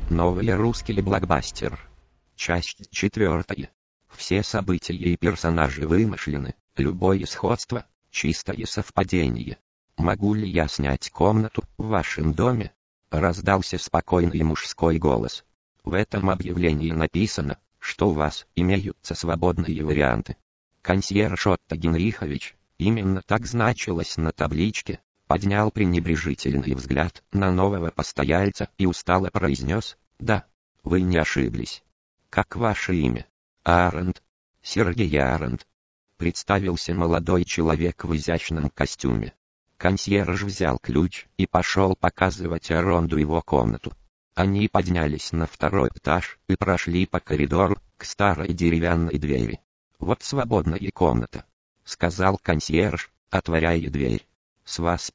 Новый русский блокбастер. Часть 4. Все события и персонажи вымышлены, любое сходство — чистое совпадение. «Могу ли я снять комнату в вашем доме?» — раздался спокойный мужской голос. В этом объявлении написано, что у вас имеются свободные варианты. Консьерж Отто Генрихович, именно так значилось на табличке, поднял пренебрежительный взгляд на нового постояльца и устало произнес: «Да, вы не ошиблись. Как ваше имя?» «Арент. Сергей Арент», — представился молодой человек в изящном костюме. Консьерж взял ключ и пошел показывать Аронду его комнату. Они поднялись на второй этаж и прошли по коридору к старой деревянной двери. «Вот свободная комната», — сказал консьерж, отворяя дверь. «С вас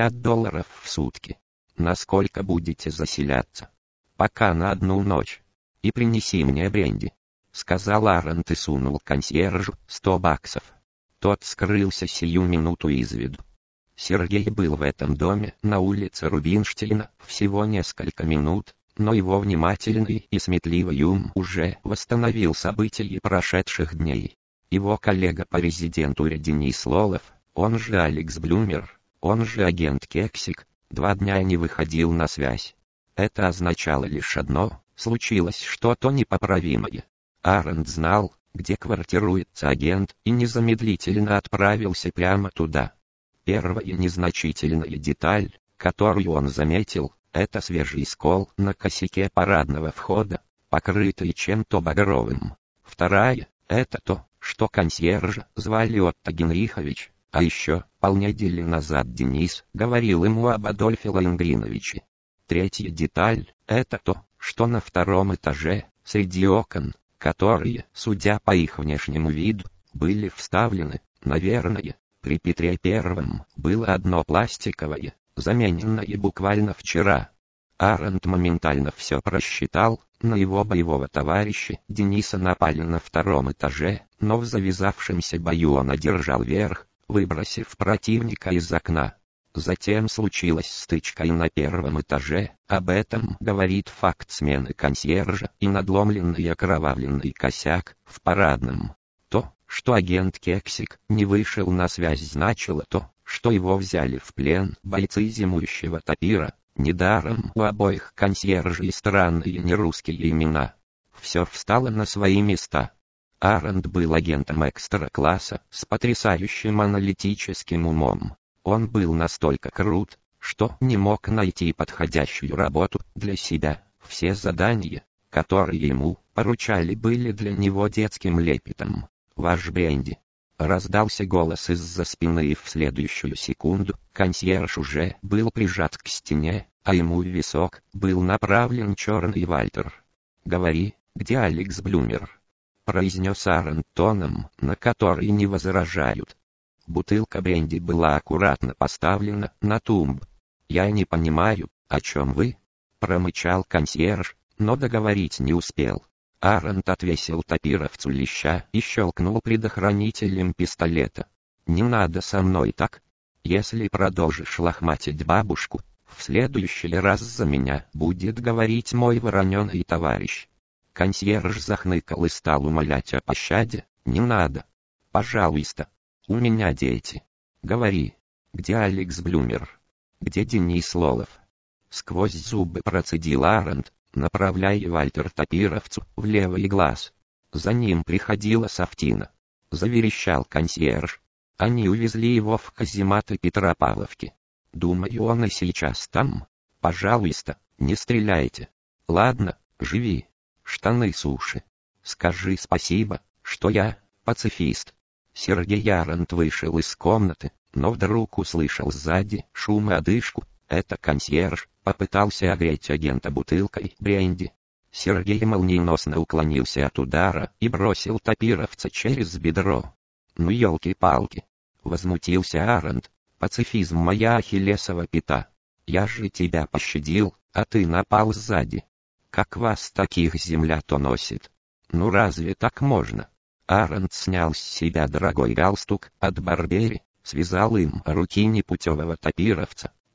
$50 в сутки. Насколько будете заселяться?» «Пока на 1 ночь. И принеси мне бренди», — сказал Арент и сунул консьержу $100. Тот скрылся сию минуту из виду. Сергей был в этом доме на улице Рубинштейна всего несколько минут, но его внимательный и сметливый ум уже восстановил события прошедших дней. Его коллега по резидентуре Денис Лолов, он же Алекс Блюмер, он же агент Кексик, 2 дня не выходил на связь. Это означало лишь одно: случилось что-то непоправимое. Арент знал, где квартируется агент, и незамедлительно отправился прямо туда. Первая незначительная деталь, которую он заметил, это свежий скол на косяке парадного входа, покрытый чем-то багровым. Вторая — это то, что консьержа звали Отто Генрихович, а еще полнедели назад Денис говорил ему об Адольфе Лонгриновиче. Третья деталь — это то, что на 2-м этаже, среди окон, которые, судя по их внешнему виду, были вставлены, наверное, при Петре Первом, было одно пластиковое, замененное буквально вчера. Арент моментально все просчитал. На его боевого товарища Дениса напали на 2-м этаже, но в завязавшемся бою он одержал верх, выбросив противника из окна. Затем случилась стычка и на 1-м этаже, об этом говорит факт смены консьержа и надломленный окровавленный косяк в парадном. То, что агент Кексик не вышел на связь, значило то, что его взяли в плен бойцы зимующего тапира. Недаром у обоих консьержей странные нерусские имена. Все встало на свои места. Арент был агентом экстра-класса с потрясающим аналитическим умом. Он был настолько крут, что не мог найти подходящую работу для себя. Все задания, которые ему поручали, были для него детским лепетом. «Ваш бренди!» — раздался голос из-за спины, и в следующую секунду консьерж уже был прижат к стене, а ему в висок был направлен черный Вальтер. «Говори, где Алекс Блюмер?» — произнес Арент тоном, на который не возражают. Бутылка бренди была аккуратно поставлена на тумбу. «Я не понимаю, о чем вы?» — промычал консьерж, но договорить не успел. Арент отвесил тапировцу леща и щелкнул предохранителем пистолета. «Не надо со мной так. Если продолжишь лохматить бабушку, в следующий раз за меня будет говорить мой вороненый товарищ». Консьерж захныкал и стал умолять о пощаде. «Не надо. Пожалуйста. У меня дети. Говори, где Алекс Блюмер? Где Денис Лолов?» Сквозь зубы процедил Арент, направляя Вальтер тапировцу в левый глаз. За ним приходила Сафтина. Заверещал консьерж. Они увезли его в казематы Петропавловки. Думаю, он и сейчас там. Пожалуйста, не стреляйте. Ладно, живи. Штаны суши. Скажи спасибо, что я пацифист. Сергей Арент вышел из комнаты, но вдруг услышал сзади шум и одышку. Это консьерж попытался огреть агента бутылкой бренди. Сергей молниеносно уклонился от удара и бросил тапировца через бедро. «Ну елки-палки!» — возмутился Арент. «Пацифизм — моя ахиллесова пята. Я же тебя пощадил, а ты напал сзади. Как вас таких земля-то носит? Ну разве так можно?» Арент снял с себя дорогой галстук от Барбери, связал им руки непутевого тапировца,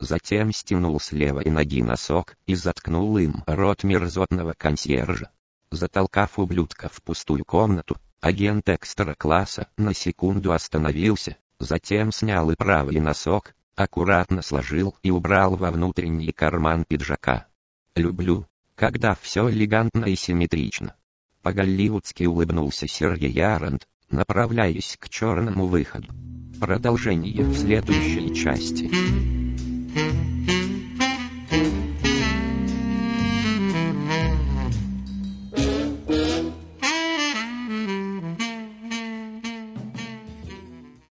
Затем стянул с левой ноги носок и заткнул им рот мерзотного консьержа. Затолкав ублюдка в пустую комнату, агент экстра-класса на секунду остановился, затем снял и правый носок, аккуратно сложил и убрал во внутренний карман пиджака. «Люблю, когда все элегантно и симметрично». По-голливудски улыбнулся Сергей Арент, направляясь к черному выходу. Продолжение в следующей части.